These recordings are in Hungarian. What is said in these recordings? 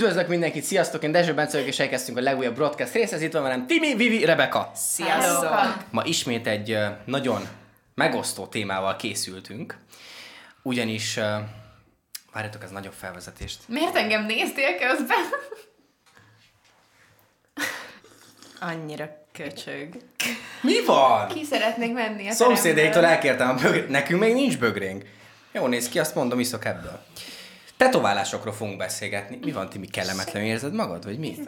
Üdvözlök mindenkit, sziasztok! Én Dezső Bence vagyok, és elkezdtünk a legújabb broadcast részhez. Itt van velem Timi, Vivi, Rebeka. Sziasztok! Ma ismét egy nagyon megosztó témával készültünk. Ugyanis, várjatok, ez nagyobb felvezetést. Miért engem néztél közben? Annyira köcsög. Mi van? Ki szeretnék menni a Szomszédéktől elkértem a bögrét. Nekünk még nincs bögrénk. Jó néz ki, azt mondom, iszok ebből. Tetoválásokról fogunk beszélgetni. Mi van, Timi, kellemetlen érzed magad, vagy mi?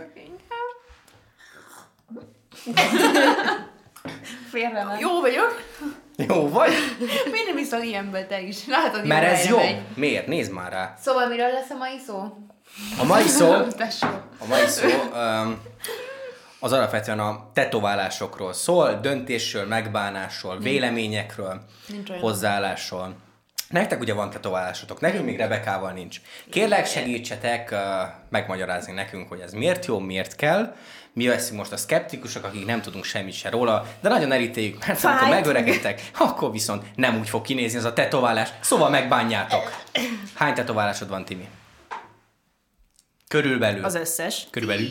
Félre nem. Jó vagyok. Jó vagy? Miért nem iszol ilyenből te is? Látod, Mert ez jó. Megy. Miért? Nézd már rá. Szóval miről lesz a mai szó? A mai szó, Tesó. az alapvetően a tetoválásokról szól, döntésről, megbánásról, véleményekről, hozzáállásról. Nektek ugye van tetoválásotok, nekünk még Rebekával nincs. Kérlek, segítsetek megmagyarázni nekünk, hogy ez miért jó, miért kell. Mi veszünk most a szkeptikusok, akik nem tudunk semmit se róla, de nagyon elítéljük, mert amikor megöregedtek, akkor viszont nem úgy fog kinézni az a tetoválás, szóval megbánjátok. Hány tetoválásod van, Timi? Körülbelül. Az összes. Körülbelül.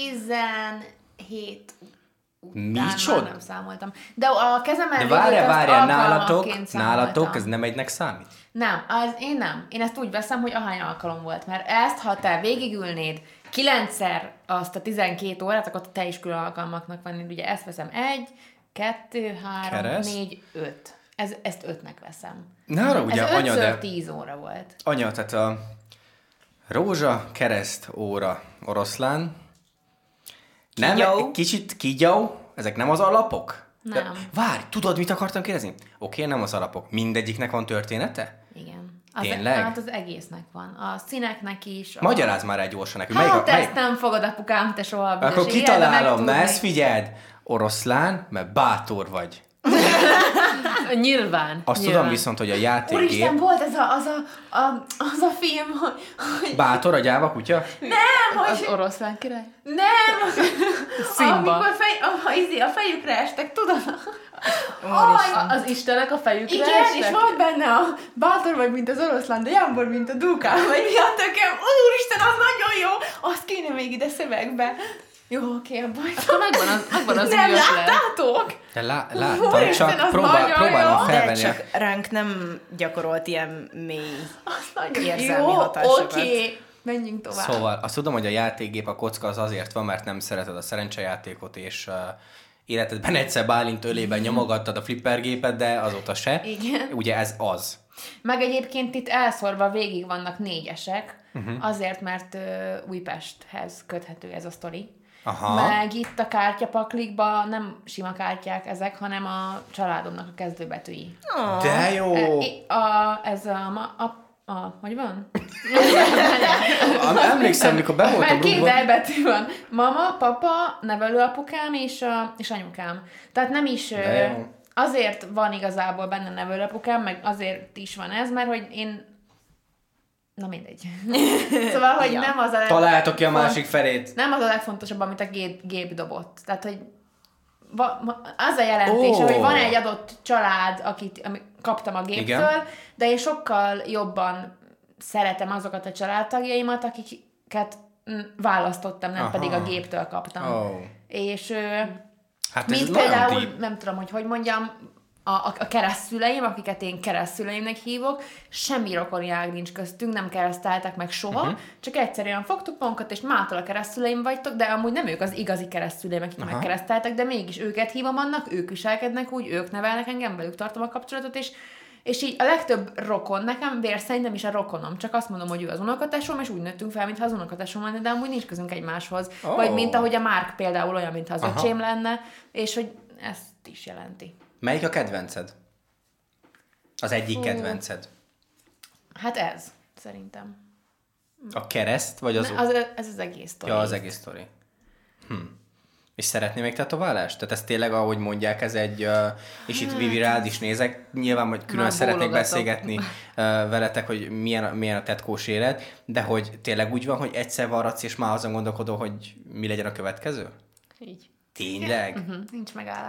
17 Micsoda? nem számoltam. De a kezemen De várjál, nálatok számoltam. ez nem egynek számít? Nem, én nem. Én ezt úgy veszem, hogy ahány alkalom volt. Mert ezt, ha te végigülnéd 9-szer azt a 12 órát, akkor te is külön alkalmaknak van. Ugye ezt veszem 1, 2, 3, Kereszt. 4, 5. Ezt 5-nek veszem. Nára ugye ez anya, 5-ször de... 10 óra volt. Anya, tehát a rózsa, kereszt, óra, oroszlán. Nem, Kígyó. kicsit kígyó, ezek nem az alapok? Nem. De, várj, tudod, mit akartam kérdezni? Oké, nem az alapok. Mindegyiknek van története? Igen. Tényleg? Hát az egésznek van. A színeknek is. Magyarázd már egy gyorsan nekünk. Hát ezt nem fogod, apukám, te soha a büdös Akkor életben kitalálom, na megtudni. ezt figyeld. Oroszlán, mert bátor vagy. Nyilván. Azt tudom viszont, hogy a játékgép... Úristen, volt ez az a film, hogy Bátor, a gyáva kutya? nem, Az hogy oroszlán király? nem, Simba. amikor a fejükre estek, tudod? Úristen. Az istenek a fejükre Igen, estek? és volt benne a bátor vagy, mint az oroszlán, de Jambor, mint a dúkám, vagy mi a tökem. Úristen, az nagyon jó! Azt kéne még ide szövegbe. Jó, oké, abban. Akkor megvan az Nem új ötlet. láttátok? De láttam, Úristen, csak az próbálom nagyon jó. De felvenni. csak ránk nem gyakorolt ilyen mély Az nagyon érzelmi jó, hatásokat. oké. Menjünk tovább. Szóval azt tudom, hogy a játékgép, a kocka az azért van, mert nem szereted a szerencsejátékot, és életedben egyszer Bálint ölében nyomogattad a flippergépet, de azóta se. Igen. Ugye ez az. Meg egyébként itt elszórva végig vannak 4-esek, azért, mert Újpesthez köthető ez a sztori. Aha. Meg itt a kártyapaklikban nem sima kártyák ezek, hanem a családomnak a kezdőbetűi. De jó! Hogy van? Emlékszem, mikor be voltam Mert két rúgva. elbetű van. Mama, papa, nevelőapukám és anyukám. Tehát nem is... De jó. Azért van igazából benne nevelőapukám, meg azért is van ez, mert hogy én... Na mindegy. Szóval, hogy nem az a... Találtok ki a másik felét. Nem az a legfontosabb, amit a gép dobott. Tehát, hogy az a jelentése, hogy van egy adott család, amit kaptam a géptől, Igen. de én sokkal jobban szeretem azokat a családtagjaimat, akiket választottam, nem Aha. pedig a géptől kaptam. Oh. És Hát ez mint nagyon például, deep. nem tudom, hogy mondjam, a keresztszüleim, akiket én keresztszüleimnek hívok, semmi rokoni ág nincs köztünk, nem kereszteltek meg soha, csak egyszerűen fogtuk magunkat, és mától a keresztszüleim vagytok, de amúgy nem ők az igazi keresztszüleim, akik megkereszteltek, de mégis őket hívom annak, ők viselkednek úgy, ők nevelnek engem, velük tartom a kapcsolatot, és így a legtöbb rokon nekem vérszerint nem is a rokonom, csak azt mondom, hogy ő az unokatesom, és úgy nőttünk fel, mintha az unokatesom lenne, de amúgy nincs közünk egymáshoz. Oh. Vagy mint ahogy a Márk például olyan, mintha az Aha. öcsém lenne, és hogy ezt is jelenti. Melyik a kedvenced? Az egyik kedvenced. Hát ez, szerintem. A kereszt, vagy az... Ez az egész sztori. Ja, az egész sztori. És szeretnél még tetoválást? Tehát ez tényleg, ahogy mondják, ez egy... és itt Vivi rád is nézek. Nyilván, hogy külön Már szeretnék bólogatok. beszélgetni veletek, hogy milyen a tetkós élet, de hogy tényleg úgy van, hogy egyszer varratsz, és már azon gondolkodol, hogy mi legyen a következő? Így. Tényleg? Nincs megállás.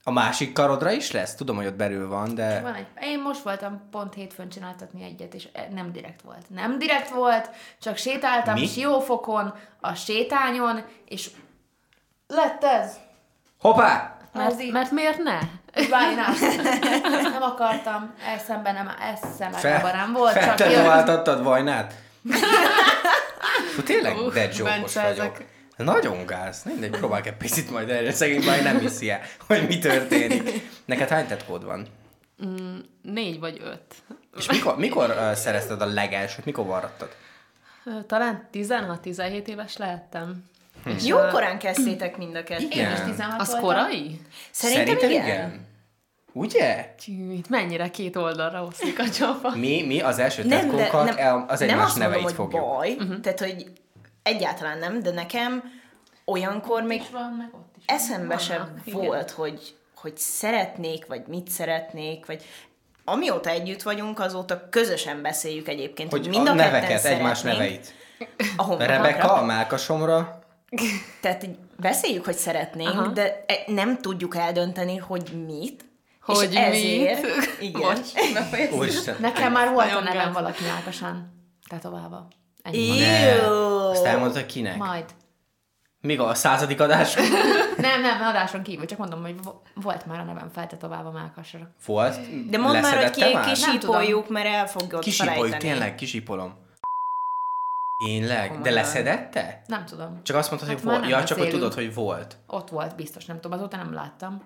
A másik karodra is lesz? Tudom, hogy ott belül van, de... Van egy... Én most voltam pont hétfőn csináltatni egyet, és nem direkt volt. Nem direkt volt, csak sétáltam Siófokon, a sétányon, és lett ez. Hoppá! Mert miért ne? Vájnás. Nem akartam, eszemben nem volt. Feltetováltattad Vajnát? Tényleg dead joke-os vagyok. Nagyon gáz. Mindegy, próbálj egy picit majd erre. Szegény Vaj nem hiszi el, hogy mi történik. Neked hány tetkód van? 4 vagy 5. És mikor szerezted a legelsőt? Mikor varrattad? Talán 16-17 éves lehettem. Jókorán kezdtétek mind a kettő. Én is 16 Az voltam. korai? Szerintem igen. Ugye? Csűt, mennyire két oldalra oszlik a csapa. Mi az első tetkónkat az egymás neveit hogy fogjuk. baj, tehát hogy egyáltalán nem, de nekem olyankor még Van, meg ott is. eszembe sem volt, hogy szeretnék, vagy mit szeretnék, vagy amióta együtt vagyunk, azóta közösen beszéljük egyébként, hogy mind a a ketten neveket, egymás szeretnénk. neveit. A honlapra. Rebecca, a Málkasomra. Tehát így beszéljük, hogy szeretnénk, de nem tudjuk eldönteni, hogy mit. Hogy és ezért, mit? igen. Úristen. Nekem már volt a Nagyon nevem gáz. valaki Ákosán tetoválva. Ennyi. Ne. Azt elmondod, hogy kinek? Majd. Mikor? A 100. adás? Nem, adáson kívül, csak mondom, hogy volt már a nevem feltetoválva Mákasra. Volt? De mondd már, hogy Leszedette már? kisípoljuk, mert el fogod Kisipoljuk, felejteni. tényleg, kisipolom. Tényleg? De leszedette? Nem tudom. Csak azt mondtad, Hát hogy már volt. nem Ja, csak hogy beszélünk. tudod, hogy volt. Ott volt, biztos, nem tudom, azóta nem láttam.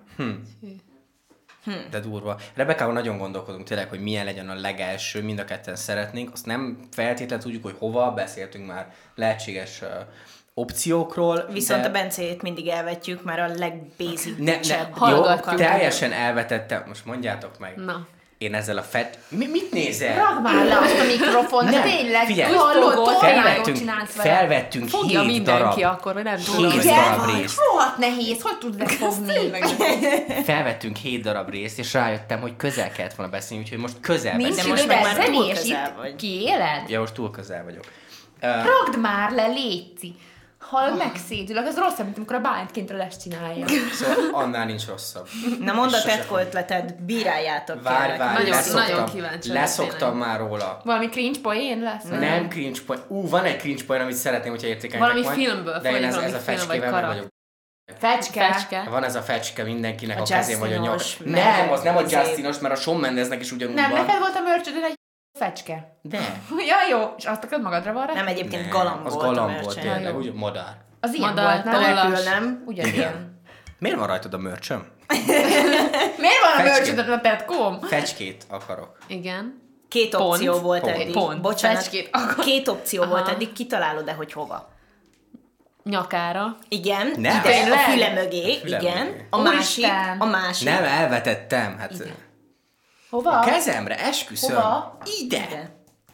De durva. Rebekával nagyon gondolkodunk tényleg, hogy milyen legyen a legelső, mind a ketten szeretnénk. Azt nem feltétlenül tudjuk, hogy hova, beszéltünk már lehetséges opciókról. Viszont de... a Bencét mindig elvetjük, már a legbasic Jó, hallgatjuk. teljesen elvetettem. Most mondjátok meg. Na. Én ezzel a mit nézel? Ragd már le azt a mikrofont, de Nem, tényleg, figyelj, hallod, felvettünk, csinálsz vele. felvettünk Fogja 7 mindenki darab. akkor, vagy nem tudom. 7 Ugye? darab részt. Rohadt nehéz, hogy tudod lefogni? Felvettünk 7 darab részt, és rájöttem, hogy közel kellett volna beszélni, úgyhogy most közel Nincs beszélünk. most időd meg már túl zenés, közel itt vagy. kiéled? Ja, most túl közel vagyok. Ragd már le, léci. Hallod, megszédülök, ez rosszabb, mint amikor a Bálint kintre lesz csinálja. Szóval annál nincs rosszabb. Na mondd a Sose tetkó ötleted, bíráljátok. Várj, kérlek. Nagyon kíváncsi vagyok leszoktam már róla. Valami cringe poén lesz? Nem cringe point. Van egy cringe point, amit szeretném, hogyha értékelnek Valami majd. filmből, de én vagy ez valami a film, vagy fecskével meg karak. vagyok. Fecske. Fecske. Van ez a fecske mindenkinek A a kezén vagy a nyak. Justinos, Nem, az nem a izé- Justinos, mert a Shawn Mendesnek is ugyanúgy Nem, van. neked volt a mörcsödön egy fecske. De. Ja, jó. És azt akarod magadra van rá? Nem, egyébként Nem, galamb az volt a galamb volt mercsen. tényleg, jó. úgy madár. Az ilyen Madár, volt, nem? tollas. Repül, nem? Ugyanilyen. Miért van rajtad a mörcsöm? Miért van a Fecske. mörcsödön a tetkóm? Fecskét akarok. Igen. Két opció Pont. volt Pont. eddig. Pont. Bocsánat, Fecskét akar- két opció volt Aha. eddig, kitalálod-e, hogy hova? Nyakára. Igen, Nem. ide, Tényleg? a füle mögé, Füle igen. mögé. A másik, Úristen. a másik. Nem, elvetettem. Hát Hova? a kezemre, esküszöm. Hova? Ide. Ide.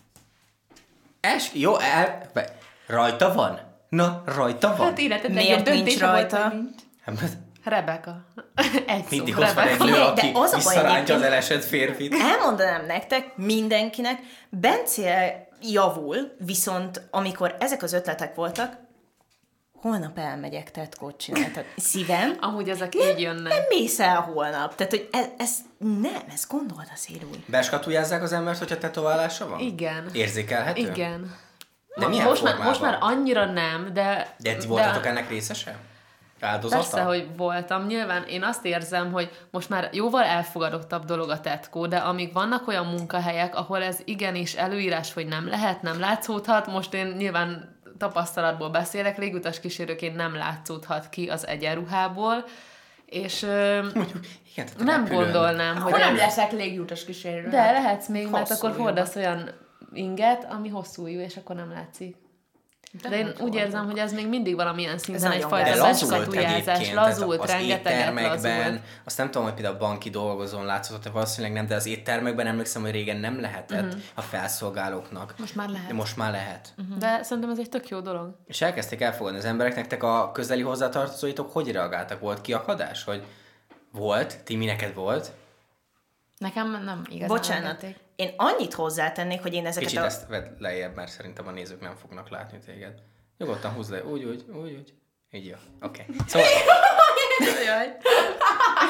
Jó, rajta van? Na, rajta van? Hát életed Miért legjobb nincs döntése volt, rajta? vagy nincs. Hát, Rebeka. Egy szó. mindig ott van egy Rebeka. nő, Figyelj, de aki az a baj visszarántja az egyébként- elesett férfit. Elmondanám nektek, mindenkinek, Bence javul, viszont amikor ezek az ötletek voltak, holnap elmegyek tetkót csinálni. Tehát szívem, Amúgy ezek így jönnek. nem mész el holnap. Tehát, hogy ez gondold a szélúj. Beskatujázzák az embert, hogyha tetoválása van? Igen. Érzékelhető? Igen. De milyen most formában? már annyira nem, de... De ti voltatok ennek részese? Áldozata? Persze, hogy voltam. Nyilván én azt érzem, hogy most már jóval elfogadottabb dolog a tetkó, de amíg vannak olyan munkahelyek, ahol ez igenis előírás, hogy nem lehet, nem látszódhat, most én nyilván tapasztalatból beszélek, légutas kísérőként nem látszódhat ki az egyenruhából, és Mondjuk, igen, tehát a nem repülőn. gondolnám, hogy... Akkor nem leszek légjútos kísérő. De lehetsz még, mert Hosszú akkor jó. hordasz olyan inget, ami hosszú jú, és akkor nem látszik. De én úgy érzem, hogy ez még mindig valamilyen szinten nagyon egyfajta De gáz. lazult beskatujázás. egyébként, tehát Lazult, az rengeteget éttermekben, lazult. azt nem tudom, hogy például a banki dolgozón látszott, valószínűleg nem, de az éttermekben emlékszem, hogy régen nem lehetett a felszolgálóknak. Most már lehet. De most már lehet. De szerintem ez egy tök jó dolog. És elkezdték elfogadni az emberek, nektek a közeli hozzátartozóitok hogy reagáltak? Volt kiakadás? Hogy volt? Timi, neked volt? Nekem nem igazán Bocsánat, engedték. én annyit hozzátennék, hogy én ezeket Kicsit a... ezt vedd lejjebb, mert szerintem a nézők nem fognak látni téged. Nyugodtan húzd le, úgy. Így jó. Oké. Szóval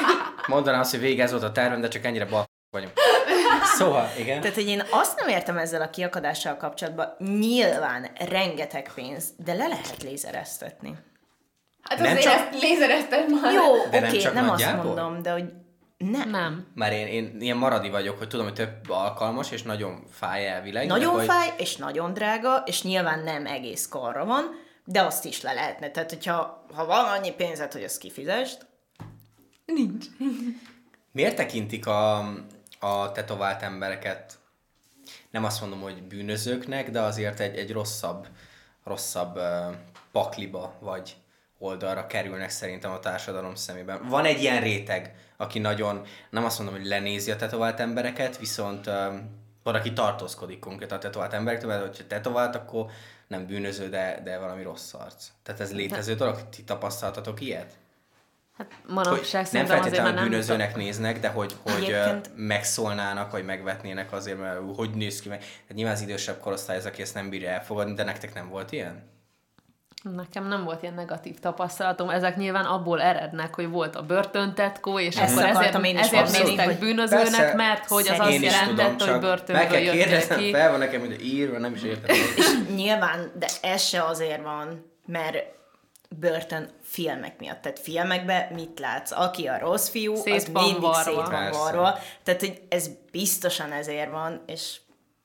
Mondanám azt, hogy végez volt a tervem, de csak ennyire bal vagyunk. Szóval, igen. Tehát, hogy én azt nem értem ezzel a kiakadással kapcsolatban, nyilván rengeteg pénz, de le lehet lézereztetni. Hát Nem azért csak- ezt lézerezted már. Jó, De nem oké, csak nem azt nagyjából? mondom, de hogy nem. Nem. Már én ilyen maradi vagyok, hogy tudom, hogy több alkalmas, és nagyon fáj elvileg. de Nagyon hogy... fáj, és nagyon drága, és nyilván nem egész karra van, de azt is le lehetne. Tehát, hogyha van annyi pénzed, hogy azt kifizest, Nincs. Miért tekintik a tetovált embereket, nem azt mondom, hogy bűnözőknek, de azért egy rosszabb pakliba vagy oldalra kerülnek szerintem a társadalom szemében. Van egy ilyen réteg, aki nagyon, nem azt mondom, hogy lenézi a tetovált embereket, viszont van, aki tartózkodik konkrétan a tetovált emberektől, mert hogyha tetovált, akkor nem bűnöző, de valami rossz arc. Tehát ez létező dolog? Ti tapasztaltatok ilyet? Hát Hogy manapság nem szerintem azért feltétlenül már nem... bűnözőnek néznek, de hogy Egyébként- megszólnának, vagy megvetnének azért, mert hogy néz ki meg. Tehát nyilván az idősebb korosztály az, aki ezt nem bírja elfogadni, de nektek nem volt ilyen? Nekem nem volt ilyen negatív tapasztalatom, ezek nyilván abból erednek, hogy volt a börtöntetkó, és Ezt akkor akartam én is ezért mondani, néztek hogy bűnözőnek, persze, mert hogy az én azt Én is jelentett, tudom, hogy csak meg börtönből kell jöttél kérdeznem, ki. fel van nekem, hogy írva, nem is értem. nyilván, de ez se azért van, mert börtön filmek miatt. Tehát filmekben mit látsz? Aki a rossz fiú, Szét az van mindig varva. szét van Persze. varva. Tehát, hogy ez biztosan ezért van, és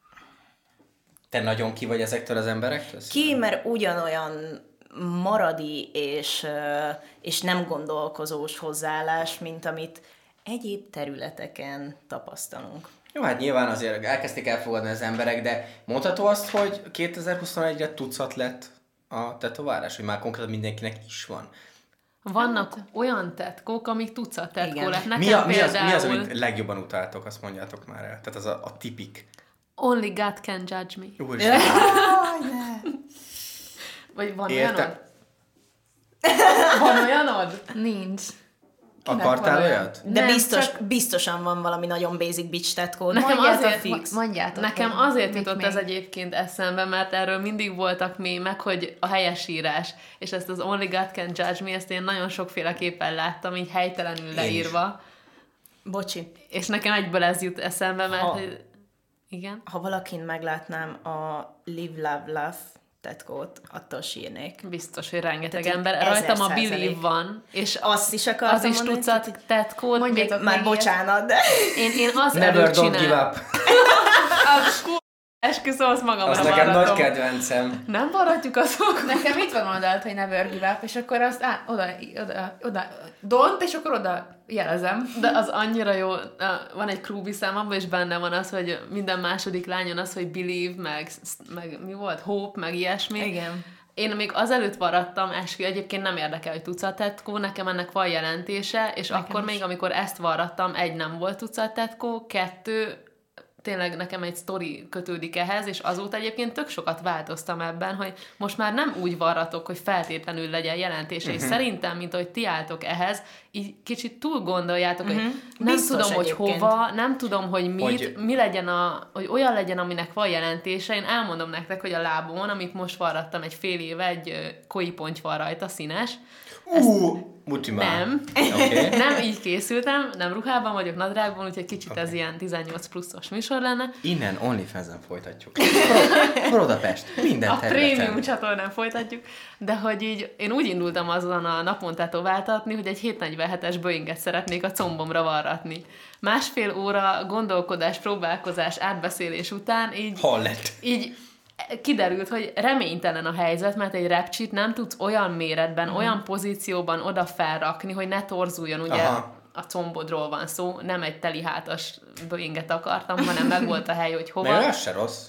Te nagyon ki vagy ezektől az emberektől? ki, mert ugyanolyan maradi és nem gondolkozós hozzáállás, mint amit egyéb területeken tapasztalunk. Jó, hát nyilván azért elkezdték elfogadni az emberek, de mondható azt, hogy 2021-re tucat lett a tetoválás, hogy már konkrétan mindenkinek is van. Vannak olyan tetkók, amik tucat tetkó Igen. lett. Nekem Mi az, például amit legjobban utáltok, azt mondjátok már el. Tehát az a tipik. Only God can judge me. Úristen. Vagy van Értem. olyanod? Van olyanod? Nincs. Akartál van olyan? olyat? De Nem, biztosan van valami nagyon basic bitch tetkód. Nekem Mondjátok, azért fix. Mondjátok. Nekem hogy azért mit jutott még. ez egyébként eszembe, mert erről mindig voltak mémek, hogy a helyesírás, és ezt az Only God can judge me, ezt én nagyon sokféleképpen láttam, így helytelenül leírva. Bocsi, És nekem egyből ez jut eszembe, mert Ha- hogy... Igen? ha valakin meglátnám a Live, Love, Love tetkót, attól sírnék. Biztos, hogy rengeteg Tehát ember. 1000%. Rajtam a Believe van, és Azt is akartam az is mondani, tucat tetkót. Mondjátok. Még Már Még bocsánat, de... én az Never előtt don't give csinálom. up. Esküszöm, azt magamra Az nekem nagy varratom. kedvencem. Nem varratjuk azokat. Nekem itt van oldalt, hogy never give up, és akkor azt oda, don't, és akkor oda jelezem. De az annyira jó, van egy Krúbi szám, abban is benne van az, hogy minden második lányon az, hogy believe, meg mi volt, hope, meg ilyesmi. Igen. Én még azelőtt varrattam, eskü, egyébként nem érdekel, hogy tucatetkó, nekem ennek van jelentése, és nekem akkor is. Még, amikor ezt varrattam, egy nem volt tucatetkó, 2 tényleg nekem egy sztori kötődik ehhez, és azóta egyébként tök sokat változtam ebben, hogy most már nem úgy varratok, hogy feltétlenül legyen jelentése, és szerintem, mint ahogy ti álltok ehhez, így kicsit túl gondoljátok, hogy nem Biztos tudom, hogy egyébként. hova, nem tudom, hogy mit, Hogy- mi legyen hogy olyan legyen, aminek van jelentése. Én elmondom nektek, hogy a lábomon, amit most varrattam egy fél éve, egy koi ponty van rajta, színes. Muti már. Nem. Okay. Nem így készültem, nem ruhában vagyok, nadrágban, úgyhogy kicsit ez ilyen 18 pluszos műsor lenne. Innen OnlyFans-en folytatjuk. Budapest, minden A területen. prémium csatornán folytatjuk, de hogy így én úgy indultam azon a napon tetováltatni, hogy egy 747-es Boeinget szeretnék a combomra varratni. 1,5 óra gondolkodás, próbálkozás, átbeszélés után Hol lett? így kiderült, hogy reménytelen a helyzet, mert egy repcsit nem tudsz olyan méretben, olyan pozícióban oda felrakni, hogy ne torzuljon, ugye Aha. a combodról van szó, nem egy telihátas Boeinget akartam, hanem meg volt a hely, hogy hova. Mert az se rossz.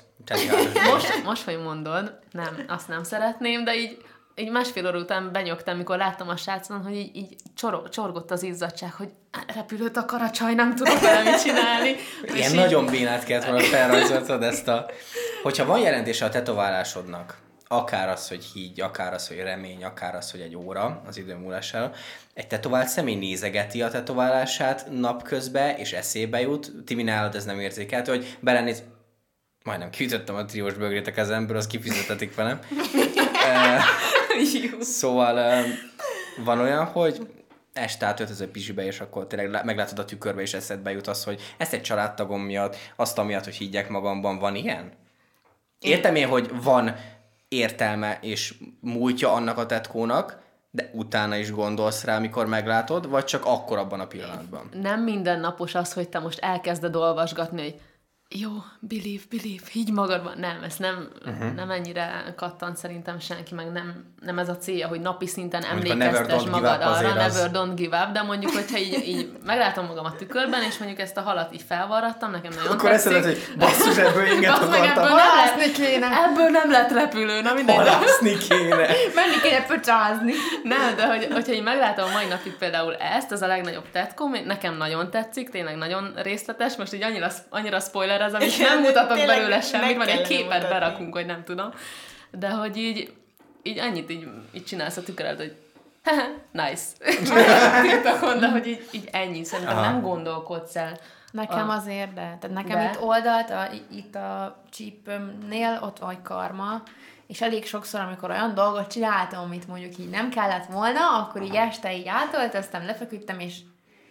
Most, hogy mondod, nem, azt nem szeretném, de így 1,5 óra után benyögtem, mikor láttam a srácon, hogy így csorgott az izzadság, hogy repülőt akar a csaj, nem tudok vele mit csinálni. Ilyen nagyon bénát kellett volna felrajzoltad ezt a... Hogyha van jelentése a tetoválásodnak, akár az, hogy hígy, akár az, hogy remény, akár az, hogy egy óra az idő múlására, egy tetovált személy nézegeti a tetoválását napközben, és eszébe jut. Timi, nálad ez nem érzékelhető, hogy belenéz... Majdnem kiütöttem a triós bögrét a kezemből, az kifizetetik velem. Szóval van olyan, hogy este átöltöző pizsibe, és akkor tényleg meglátod a tükörbe, és eszedbe jut az, hogy ezt egy családtagom miatt, azt amiatt, hogy higgyek magamban, van ilyen? Értem én, hogy van értelme és múltja annak a tetkónak, de utána is gondolsz rá, amikor meglátod, vagy csak akkor abban a pillanatban? Nem mindennapos az, hogy te most elkezded olvasgatni, hogy jó, believe, higgy magadban. Nem, ez nem ennyire kattant szerintem senki, meg nem ez a célja, hogy napi szinten emlékeztes magad arra, never don't give up, de mondjuk, hogyha így meglátom magam a tükörben, és mondjuk ezt a halat így felvarrattam, nekem nagyon akkor tetszik. eszeded, hogy basszus, ebből inget akartam. Ebből nem lett repülő, na mindegy. Halászni kéne. Menni kéne pöcsázni. Nem, de hogyha így meglátom a mai napig például ezt, az a legnagyobb tetkóm, nekem nagyon tetszik, tényleg nagyon részletes, most így annyira spoiler ez, amit nem mutatok belőle semmit, majd egy képet berakunk, hogy nem tudom. De hogy így annyit így csinálsz a tükörrel, hogy nice. TikTokon, de hogy így ennyi. Szerintem nem gondolkodsz el. Nekem azért, de. Tehát nekem itt oldalt, itt a csípőmnél ott vagy karma, és elég sokszor, amikor olyan dolgot csináltam, amit mondjuk így nem kellett volna, akkor így este így átöltöztem, lefeküdtem, és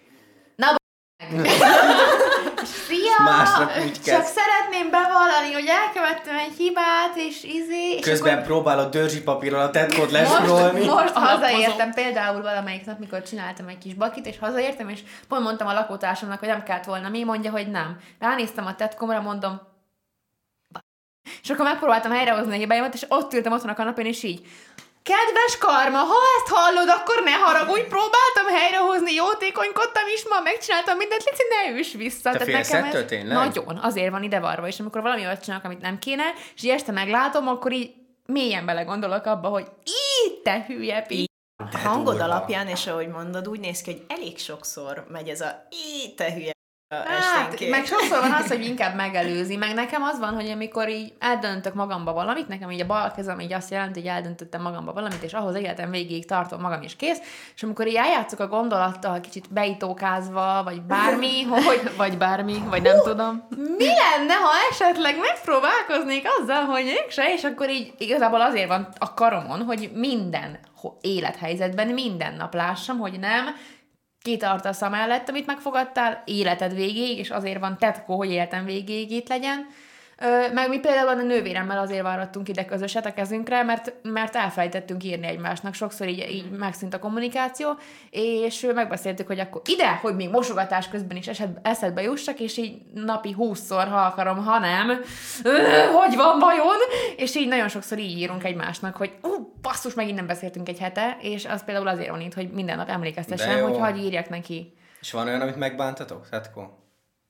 szia! Másnap úgy Csak szeretném bevallani, hogy elkövettem egy hibát, és közben akkor... próbálod dörzsipapírral a tetkót lesrolni. Most hazaértem például valamelyik nap, mikor csináltam egy kis bakit, és hazaértem, és pont mondtam a lakótársamnak, hogy nem kellett volna. Mi mondja, hogy nem. Ránéztem a tetkomra, mondom, és akkor megpróbáltam helyrehozni a hibáimat, és ott ültem otthon a kanapén, és így, kedves karma, ha ezt hallod, akkor ne haragudj, próbáltam helyrehozni, jótékonykodtam is, ma megcsináltam mindent, légy, ne üss vissza. Te félsz ettől tényleg? Nagyon, azért van ide varva, és amikor valami olyat csinálok, amit nem kéne, és így este meglátom, akkor így mélyen belegondolok abba, hogy így te hülye pi. A hangod alapján, és ahogy mondod, úgy néz ki, hogy elég sokszor megy ez a így te hülye esténként. Meg sokszor van az, hogy inkább megelőzi, meg nekem az van, hogy amikor így eldöntök magamba valamit, nekem így a bal kezem így azt jelenti, hogy eldöntöttem magamba valamit, és ahhoz életem végéig tartom magam is kész, és amikor így eljátszok a gondolattal, kicsit beitókázva, vagy bármi, hogy... vagy nem tudom. Mi lenne, ha esetleg megpróbálkoznék azzal, hogy mégse, és akkor így igazából azért van a karomon, hogy minden élethelyzetben minden nap lássam, hogy nem kitartasz amellett, amit megfogadtál életed végéig, és azért van tetkó, hogy életem végéig itt legyen. Meg mi például a nővéremmel azért várattunk ide közöset a kezünkre, mert elfelejtettünk írni egymásnak, sokszor így megszűnt a kommunikáció, és megbeszéltük, hogy akkor ide, hogy még mosogatás közben is eszedbe jussak, és így napi 20-szor, ha akarom, ha nem, hogy van vajon? És így nagyon sokszor így írunk egymásnak, hogy basszus, megint nem beszéltünk egy hete, és az például azért van itt, hogy minden nap emlékeztessem, hogy hagyj írjak neki. És van olyan, amit megbántatok, Tetkó?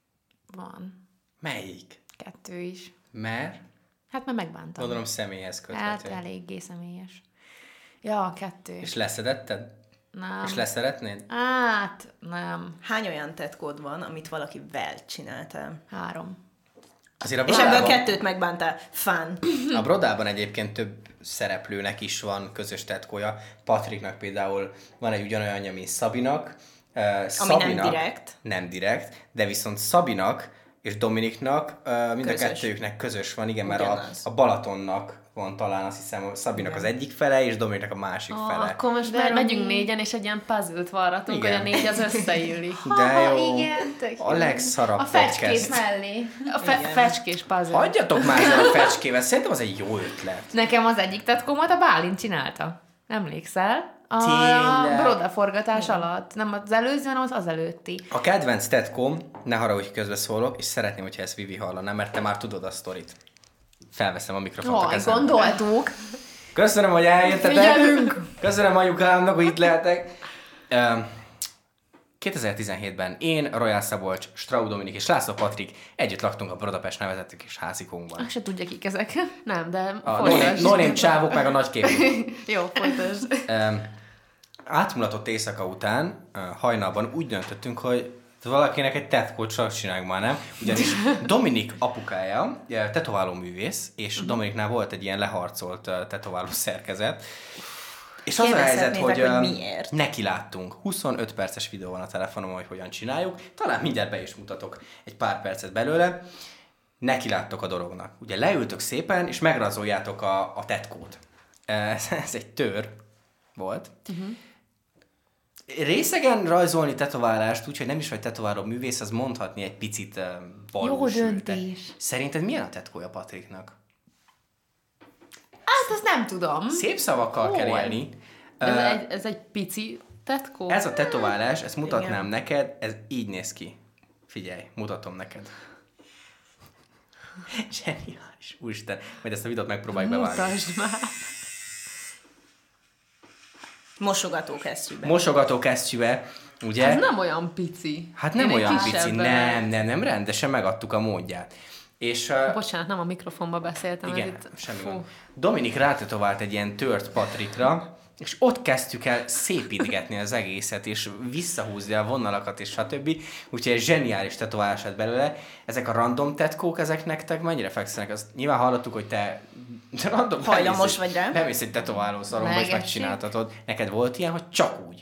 Van. Melyik? 2 is. Mert? Hát már megbántam. Gondolom személyhez köthető. Hát eléggé személyes. Ja, 2. És leszedetted? Nem. És leszeretnéd? Hát, nem. Hány olyan tetkód van, amit valakivel csináltál? 3. Azért És ebből 2 megbántál. Fun. A Brodában egyébként több szereplőnek is van közös tetkója. Patriknak például van egy ugyanolyan, mint Szabinak. Ami nem direkt. Nem direkt, de viszont Szabinak és Dominiknak mind közös. A kettőjüknek közös van, igen, mert a Ugyanaz. Balatonnak van talán, azt hiszem, Szabinak az egyik fele, és Dominiknak a másik fele. Akkor most már megyünk 4-en, és egy ilyen puzzle-t varratunk, Igen. hogy a 4 az összeillik. De jó. Igen, tök jó. A legszarabb A fecskés podcast. mellé. A fecskés puzzle. Hagyjatok már ezzel a fecskével, szerintem az egy jó ötlet. Nekem az egyik tetkómat a Bálint csinálta. Emlékszel? A Tényleg? Broda forgatás alatt. Nem az előző, hanem az előtti. A kedvenc tetkóm, ne haragudj, közbeszólok, és szeretném, hogyha ezt Vivi hallaná, mert te már tudod a sztorit. Felveszem a mikrofont a Jaj, kezembe. gondoltuk. Köszönöm, hogy eljöttetek. Figyelünk. Köszönöm anyukámnak, hogy itt lehetek. 2017-ben én, Royal Szabolcs, Straub Dominik és László Patrik együtt laktunk a Budapest nevezetű kis házikónkban. Azt se tudja, kik ezek. Nem, de A folytasd. no-name csávok meg a nagyképű. Jó, folytasd. Átmulatott éjszaka után, hajnalban úgy döntöttünk, hogy valakinek egy tetkót csak csináljuk már, nem? Ugyanis Dominik apukája tetováló művész, és Dominiknál volt egy ilyen leharcolt tetováló szerkezet. És az a helyzet, hogy miért? neki láttunk. 25 perces videó van a telefonom, hogy hogyan csináljuk. Talán mindjárt be is mutatok egy pár percet belőle. Neki láttok a dolognak. Ugye leültök szépen, és megrajzoljátok a tetkót. Ez egy tör volt. Részegen rajzolni tetoválást, úgyhogy nem is vagy tetováló művész, az mondhatni egy picit valós. Jó döntés. Szerinted milyen a tetkója Patriknak? Hát azt nem tudom. Szép szavakkal kell élni. Ez egy pici tetkó? Ez a tetoválás, ezt mutatnám neked, ez így néz ki. Figyelj, mutatom neked. Zseniális, úristen. Majd ezt a videót megpróbáljuk bevágni. Mutasd már. Mosogatókesztyűbe, ugye? Ez nem olyan pici. Hát nem Én olyan egy pici, kisebben- nem, rendesen megadtuk a módját. És Bocsánat, nem a mikrofonba beszéltem. igen, ez itt... semmi Fú. gond. Dominik rátetovált egy ilyen tört Patrikra, és ott kezdtük el szépítgetni az egészet, és visszahúzni a vonalakat, és stb. Úgyhogy egy zseniális tetoválás lett belőle. Ezek a random tetkók, ezek nektek mennyire fekszenek? Azt nyilván hallottuk, hogy te random Hajlamos vagy rá. Nem egy tetováló szalomba, és Megesség. megcsináltatod. Neked volt ilyen, hogy csak úgy?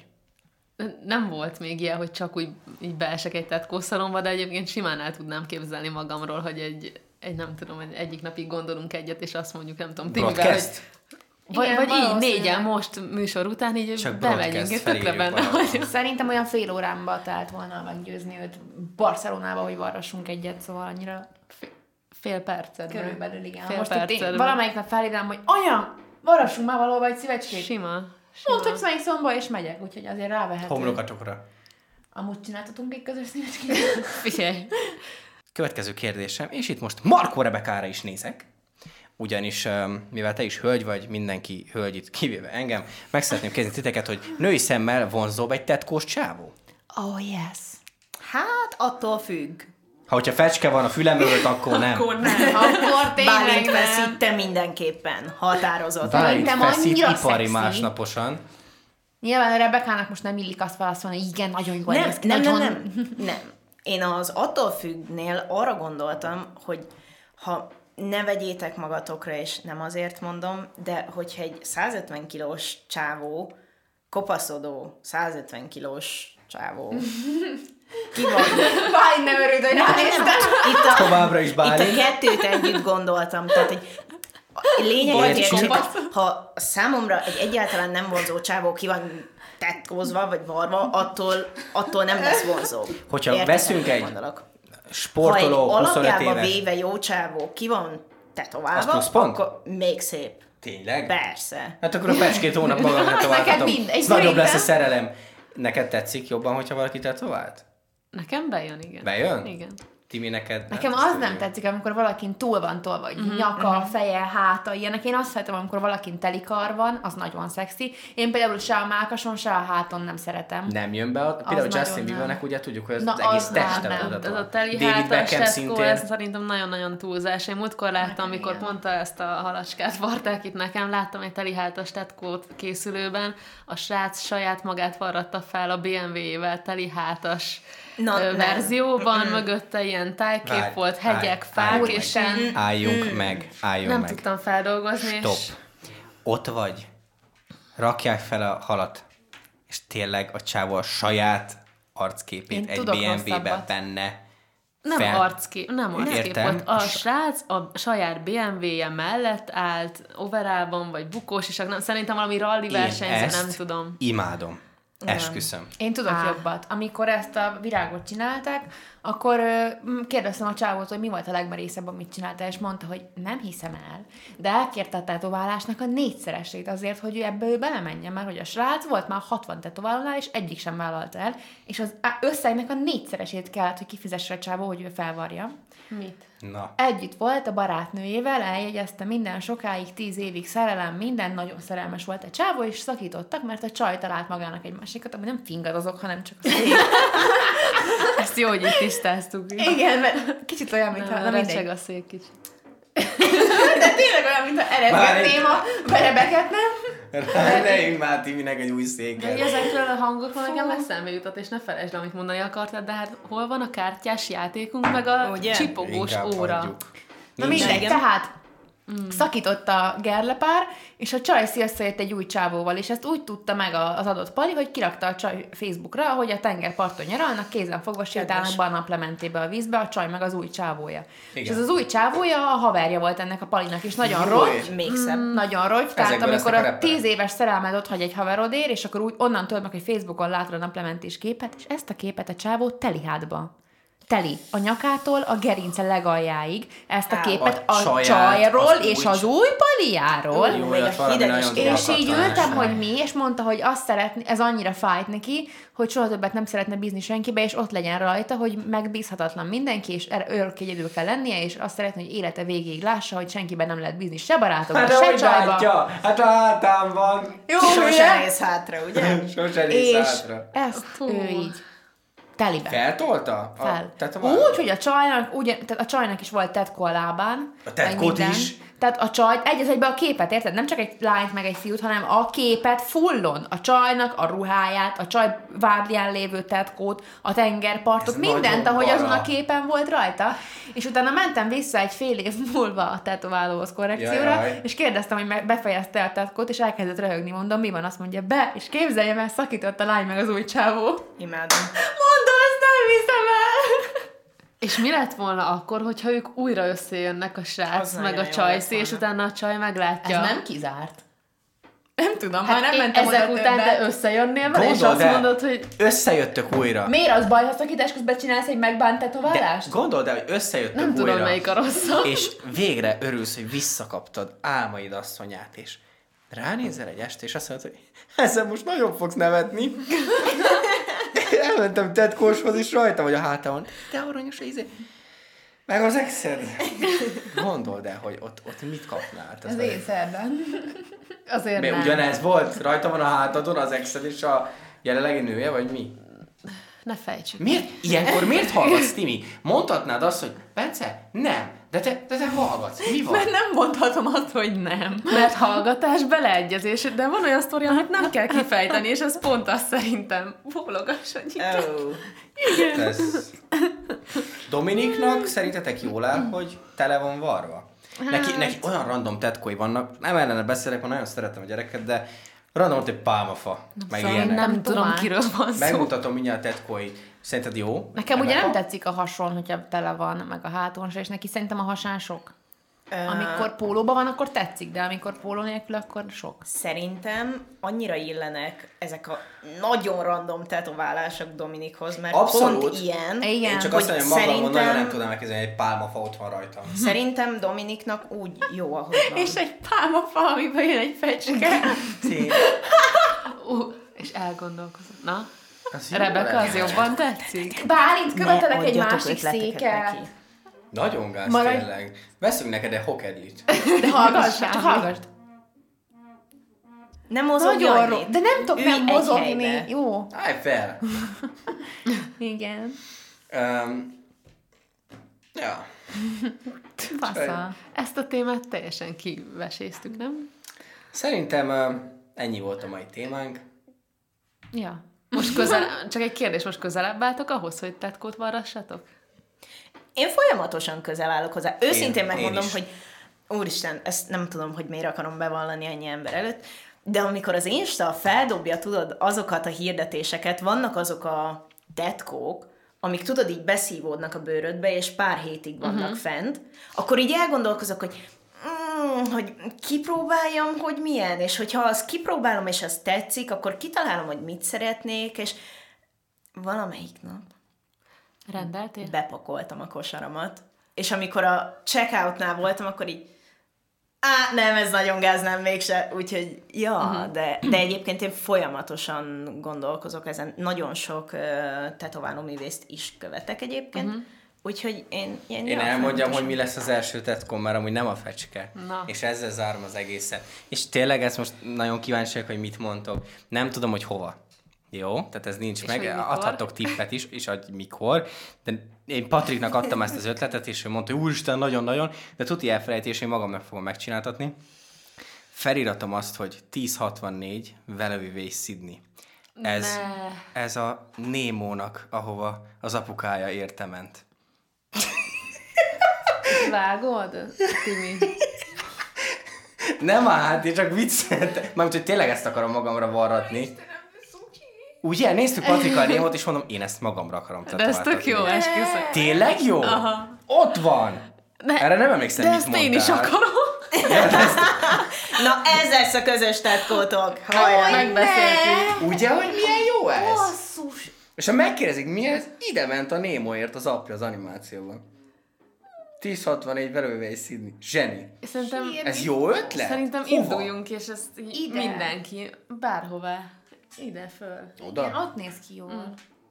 Nem volt még ilyen, hogy csak úgy így beesek egy tetkószalomba, de egyébként simán el tudnám képzelni magamról, hogy egy nem tudom, egyik napig gondolunk egyet, és azt mondjuk, nem tudom, Timivel, hogy Broadcast? vagy Igen, így valószínűleg. négyen most műsor után így Csak bemegyünk, broadcast, és tökre felírjuk benne valahol. vagyok. Szerintem olyan fél órámba telt volna meggyőzni őt Barcelonába, hogy varrassunk egyet, szóval annyira Fél percet. körülbelül igen. Fél Most itt én percet. valamelyik nap felhívnám, hogy anya, varrassunk már valahol egy szívecskét. Sima. Mondd, hogy melyik szomba, és megyek, úgyhogy azért rávehető. Homlokatokra. Amúgy csináltatunk egy közös szívecskét. Figyelj. Következő kérdésem, és itt most Markó Rebekára is nézek, ugyanis mivel te is hölgy vagy, mindenki hölgy itt, kivéve engem, meg szeretném kérdezni titeket, hogy női szemmel vonzóbb egy tetkós csávó? Oh, yes. Hát, attól függ. Ha hogyha fecske van a fülem mögött, akkor nem. Akkor nem. Akkor tényleg Bálint nem. veszítte mindenképpen. Határozott. Bálint Szerintem feszít annyira ipari szexi. másnaposan. Nyilván a Rebekának most nem illik azt válaszolni, hogy igen, nagyon jól Nem, néz ki. nem, nem, nagyon... nem. Én az attól függnél arra gondoltam, hogy ha ne vegyétek magatokra, és nem azért mondom, de hogyha egy 150 kilós csávó, kopaszodó 150 kilós csávó, ki van? Bálint nem örült, hogy ránéztem. Továbbra is Itt a Bálint. kettőt együtt gondoltam, tehát hogy lényegét Értsük. értsék, ha számomra egy egyáltalán nem vonzó csávó ki van tetkózva, vagy varva, attól nem lesz vonzó. Hogyha Érted, veszünk amit egy gondolok? sportoló, Ha egy 25 alapjában éves. véve jó csávó ki van Az tetoválva, plusz pont? akkor még szép. Tényleg? Persze. Hát akkor a fecskét hónap magamra továbbhatom. mindegy, Nagyobb lesz a szerintem. szerelem. Neked tetszik jobban, hogyha valaki tetovált? Nekem bejön, igen. Bejön? Igen. Timi, neked? Nekem Hát, az ezt nem tudjuk. tetszik, amikor valakin túl van tolva, hogy nyaka, feje, háta, ilyenek. Én azt szeretem, amikor valakin telikar van, az nagyon szexi. Én például se a mákason, se a háton nem szeretem. Nem jön be. Például nagyon Justin nem. Biebernek ugye tudjuk, hogy az, Na, az egész az már teste nem. oda Ez van. a teli David hátas Beckham tetkó, szintén. ez szerintem nagyon-nagyon túlzás. Én múltkor láttam, Nekem amikor igen. pont ezt a halacskát varták itt nekem, láttam egy teli hátas tetkót készülőben, a srác saját magát varratta fel a BMW-vel teli hátas Na, nem. verzióban, mögötte ilyen tájkép Várj, volt, hegyek, fák, álljunk és meg. én Álljunk meg, álljunk nem meg. tudtam feldolgozni, Stop. és Ott vagy. Rakják fel a halat. És tényleg a csávó a saját arcképét Én egy tudok BMW-be rosszabbat. benne. nem arckép Értem. volt. A srác a saját BMW-je mellett állt, overallban, vagy bukós, és nem, szerintem valami rally versenyző, nem tudom. imádom. Esküszöm. Én tudok jobbat. Amikor ezt a virágot csinálták, akkor kérdeztem a csávót, hogy mi volt a legmerészebb, amit csinálta, és mondta, hogy nem hiszem el, de elkérte a tetoválásnak a 4-szeresét azért, hogy ebbe ő belemenjen, mert hogy a srác volt már 60 tetoválónál, és egyik sem vállalta el, és az összegnek a 4-szeresét kellett, hogy kifizesse a csávó, hogy ő felvarja. Mit? Na. Együtt volt a barátnőjével, eljegyezte minden sokáig, 10 évig szerelem, minden, nagyon szerelmes volt a csávó, és szakítottak, mert a csaj talált magának egy másikat, ami nem fingadozok, hanem csak a szép. Ezt jó, hogy itt tisztáztuk. Igen, mert kicsit olyan, mintha, na Recseg mindegy. a szék kicsit. De tényleg olyan, mintha eredgetném a verebeket, nem? Lejjünk már Timinek egy új De széket. ezekről a hangokról nekem eszembe jutott, és ne felejtsd, amit mondani akartad, de hát hol van a kártyás játékunk, meg a Ugye? csipogós Inkább óra? hagyjuk. Na Nincs. mindegy, Igen. tehát szakított a gerlepár, és a csajszi összejött egy új csávóval, és ezt úgy tudta meg az adott Pali, hogy kirakta a csaj Facebookra, hogy a tengerparton nyaralnak, kézen fogva sétálnak be a naplementébe a vízbe, a csaj meg az új csávója. Igen. És ez az új csávója a haverja volt ennek a Palinak, és nagyon rogy. Még szebb. Nagyon rogy. Tehát amikor a 10 éves szerelmed ott hagy egy haverodér, és akkor úgy onnan tudod meg, hogy Facebookon látod a naplementés képet, és ezt a képet a csávó teli hátba. Teli. A nyakától a gerince legaljáig ezt a képet a csajról és az új Paliáról. És így ültem, hogy mi, és mondta, hogy azt szeretné, ez annyira fájt neki, hogy soha többet nem szeretne bízni senkibe, és ott legyen rajta, hogy megbízhatatlan mindenki, és örök egyedül kell lennie, és azt szeretné, hogy élete végéig lássa, hogy senkiben nem lehet bízni, se barátokba, se csajba. Látja? Hát a hátán van. Jó, sose néz hátra, ugye? Sose néz hátra. Ezt ő így telibe. Feltolta? Fel. Úgy, hogy a csajnak is volt tetkó a lábán. A tetkót is? Tehát a csaj, egybe a képet, érted? Nem csak egy lányt meg egy fiút, hanem a képet fullon. A csajnak a ruháját, a csaj vádján lévő tetkót, a tengerpartot, ez mindent, ahogy azon a képen volt rajta. És utána mentem vissza egy fél év múlva a tetoválóhoz korrekcióra, és kérdeztem, hogy befejezte a tetkót, és elkezdett röhögni, mondom, mi van? Azt mondja, be, és képzeljem el, szakított a lány meg az új csávó. Imádom. Mondom, ezt nem hiszem el. És mi lett volna akkor, hogyha ők újra összejönnek a srác, meg a csajszé, és utána a csaj meglátja? Ez nem kizárt. Nem tudom, hát már nem mentem ezek után te összejönnél vele, és azt mondod, hogy... Összejöttök újra. Miért az baj, ha szakítás közben csinálsz egy megbánt tetoválást? Gondold el, hogy összejöttök nem újra. Nem tudom, melyik a rosszabb. És végre örülsz, hogy visszakaptad álmaid asszonyát, és ránézel egy este, és azt mondod, hogy ezzel most nagyon fogsz nevetni. Elmentem tetkóshoz, és rajta vagy a hátán. De aranyos ízé. Meg az exed. Gondold el, hogy ott mit kapnál. Ez én szerdán. Azért nem. Ugyanez volt? Rajta van a hátadon az exed és a jelenlegi nője, vagy mi? Ne fejtsük. Ilyenkor miért hallgatsz, Timi? Mondhatnád azt, hogy Bence, nem. De te hallgatsz. Mi van? Mert nem mondhatom azt, hogy nem. Mert hallgatás beleegyezés, de van olyan sztori, amit nem kell kifejteni, és ez pont az szerintem. Bólogass, hogy igen. Igen. Dominiknak szerintetek jól áll, hogy tele van varva? Neki olyan random tetkói vannak, nem ellene beszélek, mert nagyon szeretem a gyereket, de random ott egy pálmafa, meg ilyenek. Nem tudom, kiről van szó. Megmutatom mindjárt a tetkóit. Szerinted jó? Nekem ugye nem tetszik a hason, hogyha tele van, meg a háton se, és neki szerintem a hasán sok. Amikor pólóban van, akkor tetszik, de amikor póló nélkül, akkor sok. Szerintem annyira illenek ezek a nagyon random tetoválások Dominikhoz, mert abszolút. Pont ilyen. Igen. Én csak azt mondom, hogy magamon nagyon nem tudom elképzelni, egy pálmafa ott van rajtam. Szerintem Dominiknak úgy jó, ahogy van. És egy pálmafa, amiben jön egy fecske. És elgondolkozom. Na? Rebeka, az jobban tetszik? Bálint, követelek egy másik széket. Nagyon gáz, tényleg. Veszünk neked egy hokedlit. De hallgass, csak hallgass. Nem mozogj annyit. De nem tudok nem mozogni. Jó. Állj fel. Igen. Ja. Fasza. Ezt a témát teljesen kiveséztük, nem? Szerintem ennyi volt a mai témánk. Ja. Most csak egy kérdés, most közelebb álltok ahhoz, hogy tetkót varrassatok? Én folyamatosan közel állok hozzá. Őszintén megmondom, hogy úristen, ezt nem tudom, hogy miért akarom bevallani ennyi ember előtt, de amikor az Insta feldobja, tudod, azokat a hirdetéseket, vannak azok a tetkók, amik tudod, így beszívódnak a bőrödbe, és pár hétig vannak fent, akkor így elgondolkozok, hogy kipróbáljam, hogy milyen, és hogyha azt kipróbálom, és az tetszik, akkor kitalálom, hogy mit szeretnék, és valamelyik nap rendeltél? Bepakoltam a kosaramat, és amikor a checkoutnál voltam, akkor így nem, ez nagyon gáz, nem mégse, úgyhogy de egyébként én folyamatosan gondolkozok ezen, nagyon sok tetováló művészt is követek egyébként, úgyhogy én elmondjam, hogy mi lesz az első tetkóm, mert amúgy nem a fecske. Na. És ezzel zárom az egészet. És tényleg ezt most nagyon kíváncsiak, hogy mit mondtok. Nem tudom, hogy hova. Jó, tehát ez nincs és meg, adhatok tippet is, és hogy mikor, de én Patriknak adtam ezt az ötletet, és ő mondta, hogy úristen, nagyon-nagyon, de tuti elfelejti, és én magamnak fogom megcsináltatni. Feliratom azt, hogy 1064 Valley Sydney. Ez a Némónak, ahova az apukája érte ment. Vágod, Timi? Nem hát, én csak vicceltem. Mármint, hogy tényleg ezt akarom magamra varratni. Ugye? Néztük Patrika a Némot, és mondom, én ezt magamra akarom De ez tök jó, esküszök. Tényleg jó? Aha. Ott van! Erre nem emlékszem, De mit ezt mondtál. én is akarom. Na ez lesz a közös tetkótok. Hajrá! Megbeszéltük. Ugye, hogy milyen jó ez? Basszus. És ha megkérdezik, mi ez, ide ment a Némoért az apja az animációban. 1064 verővé Sydney. Zseni. Szerintem, Ez jó ötlet? szerintem Hova? induljunk, és ezt így Ide. mindenki, bárhová. Ide föl. Oda? Igen, ott néz ki jól.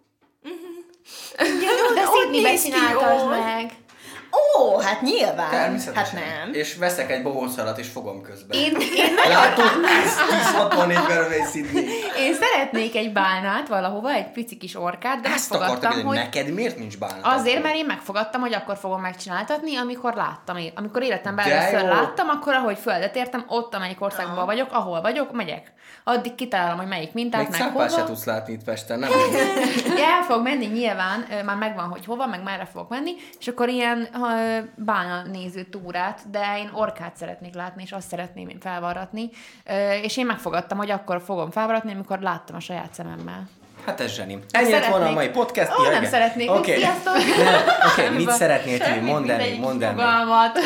De De Sydneybe csináltasd meg. Ó, hát nyilván. Természetesen. Hát nem. És veszek egy bohószalat és fogom közben. Én Látod? 1064 verővé Sydney. Én szeretnék egy bálnát valahova, egy pici kis orkát, de Ezt akartak, megfogadtam, hogy hogy... neked miért nincs bánat? Azért, mert én megfogadtam, hogy akkor fogom megcsináltatni, amikor láttam. Amikor életemben De először jó. láttam, akkor ahogy földet értem, ott, amelyik országban vagyok, ahol vagyok, megyek. Addig kitalálom, hogy melyik mintát, Még meg száppát se hova. tudsz látni itt Pesten, nem? El fog menni nyilván, már megvan, hogy hova, meg merre fogok menni, és akkor ilyen bálna néző túrát, de én orkát szeretnék látni, és azt szeretném én felvarratni, és én megfogadtam, hogy akkor fogom felvarratni, amikor láttam a saját szememmel. Hát ez zseni. Ennyi lett volna a szeretnék. mai podcast. Ó, Ja, nem igen. szeretnék. Oké. Sziasztok! Oké, mit szeretnél Tibi mondani? Mindegyik Mondd el még. fogalmat.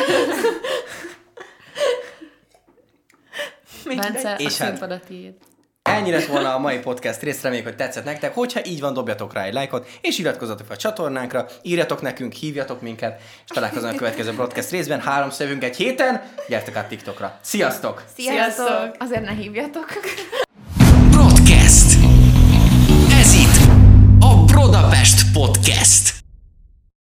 Bence, a És hát- színpad a tiéd. Ennyi lett volna a mai podcast rész, reméljük, hogy tetszett nektek. Hogyha így van, dobjatok rá egy lájkot, és iratkozzatok fel a csatornánkra, írjatok nekünk, hívjatok minket, és találkozunk a következő podcast részben. 3 szövünk egy héten, gyertek át TikTokra. Sziasztok! Sziasztok! Azért ne hívjatok. Broadcast. Ez itt a Budapest Podcast.